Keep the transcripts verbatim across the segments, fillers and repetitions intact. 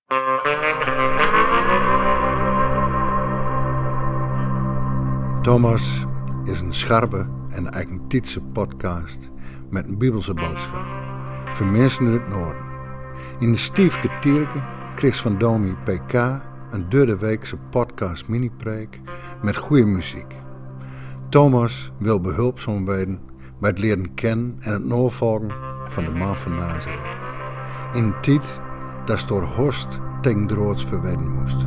Thomas is een scherpe en eigentijdse podcast met een bibelse boodschap voor mensen uit het noorden. In de Stiefke Tierke kreeg van Domi P K een derde-weekse podcast mini-preek met goede muziek. Thomas wil behulpzaam worden bij het leren kennen en het navolgen van de man van Nazareth. In een tijd dat door Horst tegen droods verwedden moest.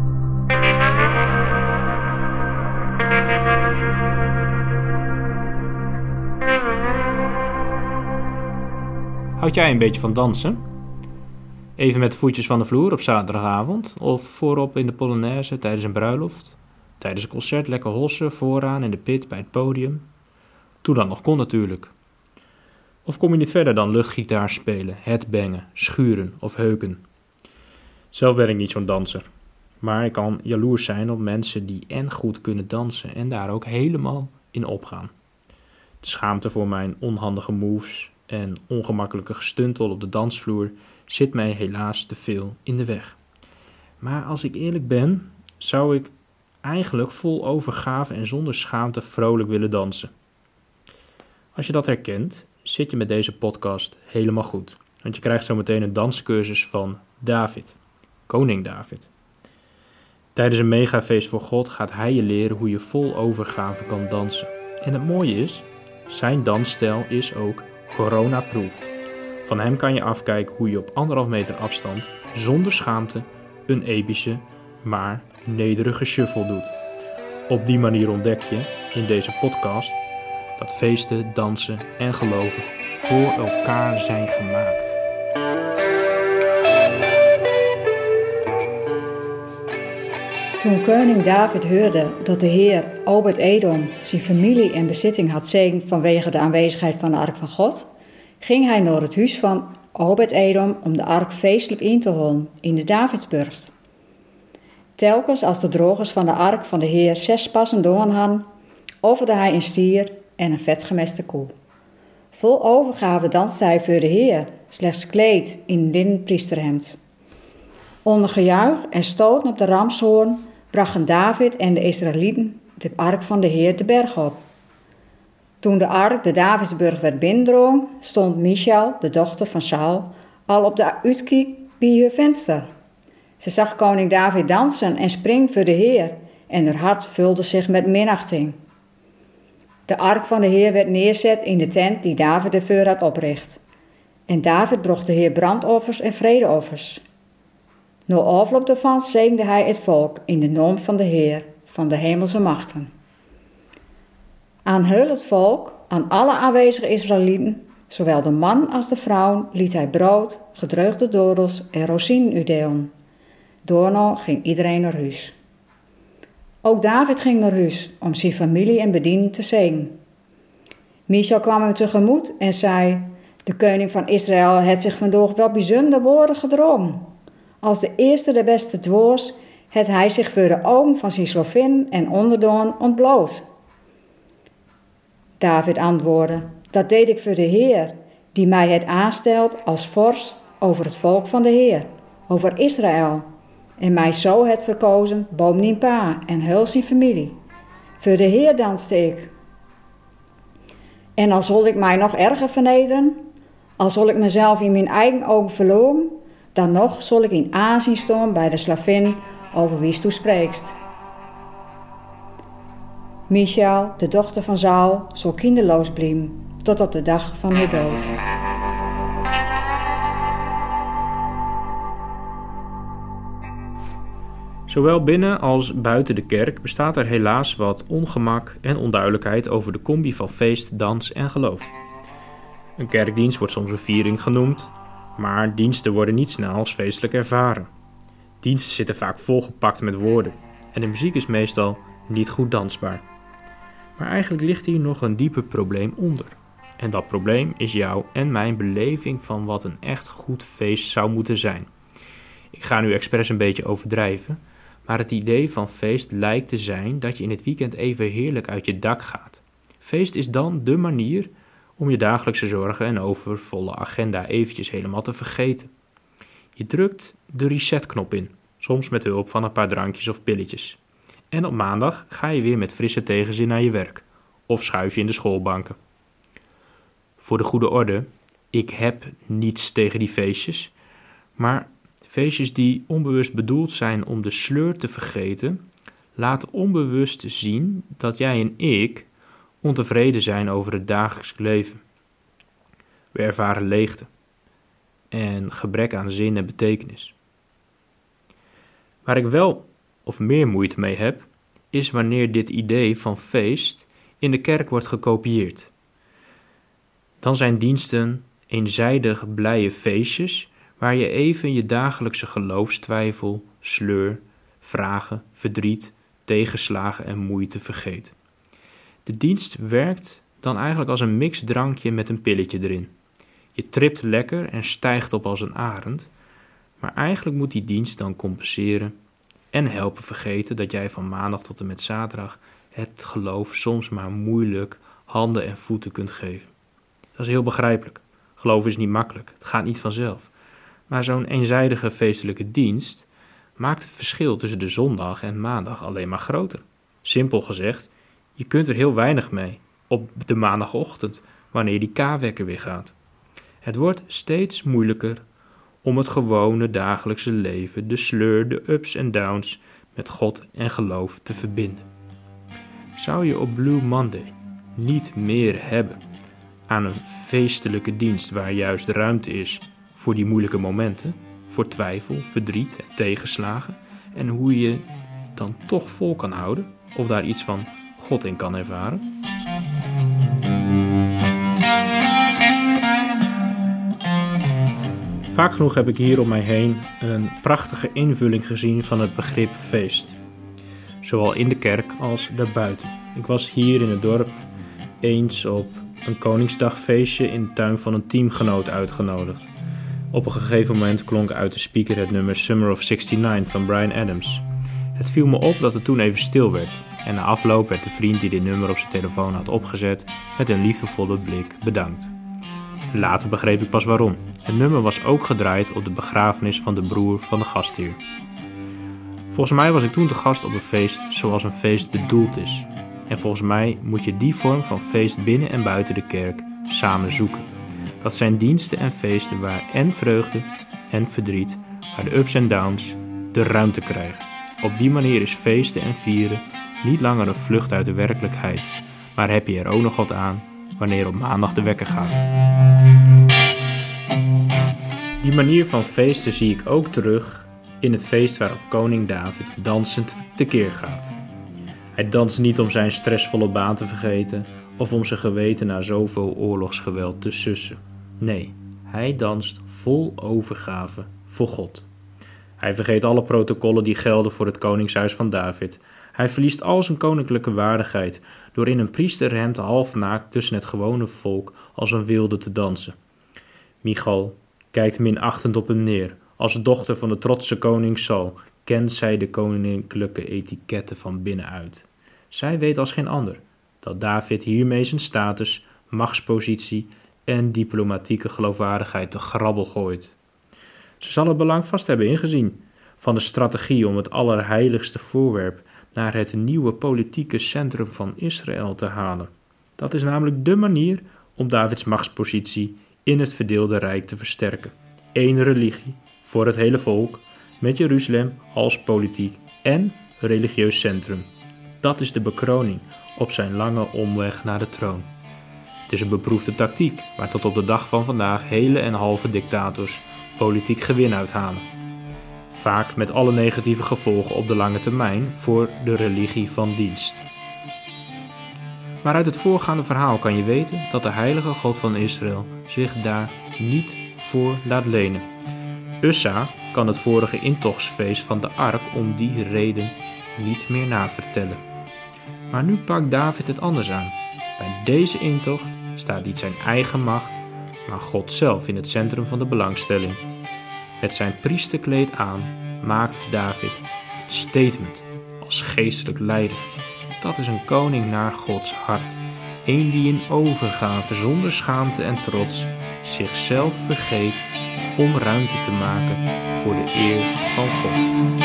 Houd jij een beetje van dansen? Even met de voetjes van de vloer op zaterdagavond? Of voorop in de Polonaise tijdens een bruiloft? Tijdens een concert lekker hossen vooraan in de pit bij het podium? Toen dat nog kon natuurlijk. Of kom je niet verder dan luchtgitaar spelen, headbangen, schuren of heuken? Zelf ben ik niet zo'n danser. Maar ik kan jaloers zijn op mensen die en goed kunnen dansen en daar ook helemaal in opgaan. De schaamte voor mijn onhandige moves en ongemakkelijke gestuntel op de dansvloer zit mij helaas te veel in de weg. Maar als ik eerlijk ben, zou ik eigenlijk vol overgave en zonder schaamte vrolijk willen dansen. Als je dat herkent, zit je met deze podcast helemaal goed. Want je krijgt zo meteen een danscursus van David, koning David. Tijdens een megafeest voor God gaat hij je leren hoe je vol overgave kan dansen. En het mooie is, zijn dansstijl is ook coronaproof. Van hem kan je afkijken hoe je op anderhalf meter afstand, zonder schaamte, een epische, maar nederige shuffle doet. Op die manier ontdek je in deze podcast dat feesten, dansen en geloven voor elkaar zijn gemaakt. Toen koning David hoorde dat de Heer Obed-Edom zijn familie en bezitting had zegend vanwege de aanwezigheid van de ark van God, ging hij naar het huis van Obed-Edom om de ark feestelijk in te holen in de Davidsburcht. Telkens als de drogers van de ark van de Heer zes passen doen hadden, offerde hij een stier en een vetgemeste koe. Vol overgave danste hij voor de Heer, slechts kleed in een linnen priesterhemd. Onder gejuich en stoten op de ramshoorn brachten David en de Israëlieten de ark van de Heer de berg op. Toen de ark de Davidsburg werd binnendrong, stond Michal, de dochter van Saul, al op de uitkiek bij haar venster. Ze zag koning David dansen en springen voor de Heer en haar hart vulde zich met minachting. De ark van de Heer werd neerzet in de tent die David ervoor had opricht. En David bracht de Heer brandoffers en vredeoffers. Na afloop daarvan zegende hij het volk in de naam van de Heer, van de hemelse machten. Aan heel het volk, aan alle aanwezige Israëlieten, zowel de man als de vrouw, liet hij brood, gedroogde dorrels en rozijnen uitdelen. Daarna ging iedereen naar huis. Ook David ging naar huis om zijn familie en bedienden te zegenen. Michal kwam hem tegemoet en zei: de koning van Israël heeft zich vandaag wel bijzonder woorden gedrongen. Als de eerste de beste dwaas, het hij zich voor de ogen van zijn slavin en onderdoon ontbloot. David antwoordde: dat deed ik voor de Heer, die mij het aanstelt als vorst over het volk van de Heer, over Israël, en mij zo het verkozen boven mijn pa en heel zijn familie. Voor de Heer danste ik. En al zal ik mij nog erger vernederen, al zal ik mezelf in mijn eigen ogen verloren, dan nog zal ik in aanzien staan bij de slavin over wie toe spreekst. Michal, de dochter van Saul, zal kinderloos blijven tot op de dag van haar dood. Zowel binnen als buiten de kerk bestaat er helaas wat ongemak en onduidelijkheid over de combi van feest, dans en geloof. Een kerkdienst wordt soms een viering genoemd, maar diensten worden niet snel als feestelijk ervaren. Diensten zitten vaak volgepakt met woorden en de muziek is meestal niet goed dansbaar. Maar eigenlijk ligt hier nog een dieper probleem onder. En dat probleem is jouw en mijn beleving van wat een echt goed feest zou moeten zijn. Ik ga nu expres een beetje overdrijven, maar het idee van feest lijkt te zijn dat je in het weekend even heerlijk uit je dak gaat. Feest is dan dé manier om je dagelijkse zorgen en overvolle agenda eventjes helemaal te vergeten. Je drukt de resetknop in, soms met hulp van een paar drankjes of pilletjes. En op maandag ga je weer met frisse tegenzin naar je werk, of schuif je in de schoolbanken. Voor de goede orde, ik heb niets tegen die feestjes, maar feestjes die onbewust bedoeld zijn om de sleur te vergeten, laten onbewust zien dat jij en ik ontevreden zijn over het dagelijks leven. We ervaren leegte en gebrek aan zin en betekenis. Waar ik wel of meer moeite mee heb, is wanneer dit idee van feest in de kerk wordt gekopieerd. Dan zijn diensten eenzijdig blije feestjes waar je even je dagelijkse geloofstwijfel, sleur, vragen, verdriet, tegenslagen en moeite vergeet. De dienst werkt dan eigenlijk als een mixdrankje met een pilletje erin. Je tript lekker en stijgt op als een arend, maar eigenlijk moet die dienst dan compenseren en helpen vergeten dat jij van maandag tot en met zaterdag het geloof soms maar moeilijk handen en voeten kunt geven. Dat is heel begrijpelijk. Geloof is niet makkelijk, het gaat niet vanzelf. Maar zo'n eenzijdige feestelijke dienst maakt het verschil tussen de zondag en maandag alleen maar groter. Simpel gezegd, je kunt er heel weinig mee op de maandagochtend wanneer die K-wekker weer gaat. Het wordt steeds moeilijker om het gewone dagelijkse leven, de sleur, de ups en downs met God en geloof te verbinden. Zou je op Blue Monday niet meer hebben aan een feestelijke dienst waar juist ruimte is voor die moeilijke momenten, voor twijfel, verdriet en tegenslagen, en hoe je dan toch vol kan houden of daar iets van God in kan ervaren? Vaak genoeg heb ik hier om mij heen een prachtige invulling gezien van het begrip feest. Zowel in de kerk als daarbuiten. Ik was hier in het dorp eens op een Koningsdagfeestje in de tuin van een teamgenoot uitgenodigd. Op een gegeven moment klonk uit de speaker het nummer Summer of zesenzestig van Bryan Adams. Het viel me op dat het toen even stil werd en na afloop werd de vriend die dit nummer op zijn telefoon had opgezet met een liefdevolle blik bedankt. Later begreep ik pas waarom. Het nummer was ook gedraaid op de begrafenis van de broer van de gastheer. Volgens mij was ik toen te gast op een feest zoals een feest bedoeld is. En volgens mij moet je die vorm van feest binnen en buiten de kerk samen zoeken. Dat zijn diensten en feesten waar en vreugde en verdriet, waar de ups en downs de ruimte krijgen. Op die manier is feesten en vieren niet langer een vlucht uit de werkelijkheid, maar heb je er ook nog wat aan wanneer op maandag de wekker gaat. Die manier van feesten zie ik ook terug in het feest waarop koning David dansend tekeer gaat. Hij danst niet om zijn stressvolle baan te vergeten of om zijn geweten na zoveel oorlogsgeweld te sussen. Nee, hij danst vol overgave voor God. Hij vergeet alle protocollen die gelden voor het koningshuis van David. Hij verliest al zijn koninklijke waardigheid door in een priesterhemd halfnaakt tussen het gewone volk als een wilde te dansen. Michal kijkt minachtend op hem neer. Als dochter van de trotse koning Saul kent zij de koninklijke etiketten van binnenuit. Zij weet als geen ander dat David hiermee zijn status, machtspositie en diplomatieke geloofwaardigheid te grabbel gooit. Ze zal het belang vast hebben ingezien van de strategie om het allerheiligste voorwerp naar het nieuwe politieke centrum van Israël te halen. Dat is namelijk dé manier om Davids machtspositie in het verdeelde rijk te versterken. Eén religie voor het hele volk, met Jeruzalem als politiek en religieus centrum. Dat is de bekroning op zijn lange omweg naar de troon. Het is een beproefde tactiek, waar tot op de dag van vandaag hele en halve dictators politiek gewin uithalen. Vaak met alle negatieve gevolgen op de lange termijn voor de religie van dienst. Maar uit het voorgaande verhaal kan je weten dat de heilige God van Israël zich daar niet voor laat lenen. Ussa kan het vorige intochtsfeest van de ark om die reden niet meer navertellen. Maar nu pakt David het anders aan. Bij deze intocht staat niet zijn eigen macht, maar God zelf in het centrum van de belangstelling. Met zijn priesterkleed aan maakt David een statement als geestelijk leider. Dat is een koning naar Gods hart. Eén die in overgave zonder schaamte en trots zichzelf vergeet om ruimte te maken voor de eer van God.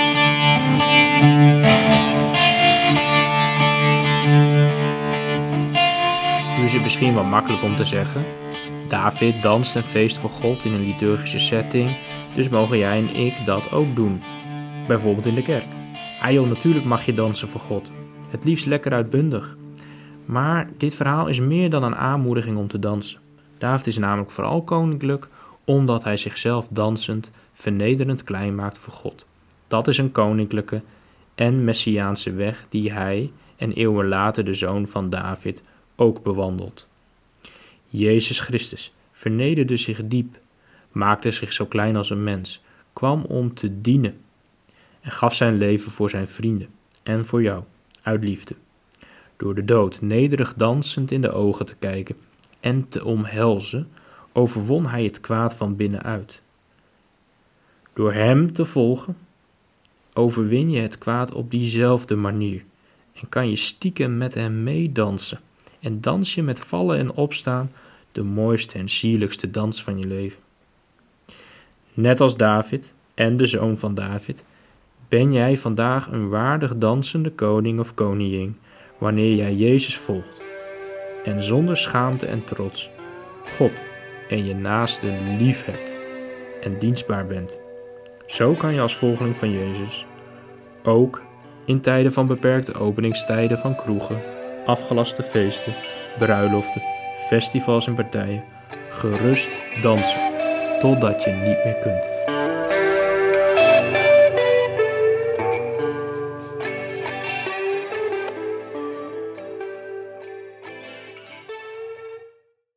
Nu is het misschien wel makkelijk om te zeggen: David danst en feest voor God in een liturgische setting, dus mogen jij en ik dat ook doen. Bijvoorbeeld in de kerk. Ah joh, natuurlijk mag je dansen voor God. Het liefst lekker uitbundig. Maar dit verhaal is meer dan een aanmoediging om te dansen. David is namelijk vooral koninklijk omdat hij zichzelf dansend, vernederend klein maakt voor God. Dat is een koninklijke en messiaanse weg die hij en eeuwen later de zoon van David ook bewandelt. Jezus Christus vernederde zich diep, maakte zich zo klein als een mens, kwam om te dienen en gaf zijn leven voor zijn vrienden en voor jou, uit liefde. Door de dood nederig dansend in de ogen te kijken en te omhelzen, overwon hij het kwaad van binnenuit. Door hem te volgen, overwin je het kwaad op diezelfde manier en kan je stiekem met hem meedansen. En dans je met vallen en opstaan de mooiste en sierlijkste dans van je leven. Net als David en de zoon van David, ben jij vandaag een waardig dansende koning of koningin wanneer jij Jezus volgt en zonder schaamte en trots God en je naaste lief hebt en dienstbaar bent. Zo kan je als volgeling van Jezus ook in tijden van beperkte openingstijden van kroegen, afgelaste feesten, bruiloften, festivals en partijen gerust dansen totdat je niet meer kunt.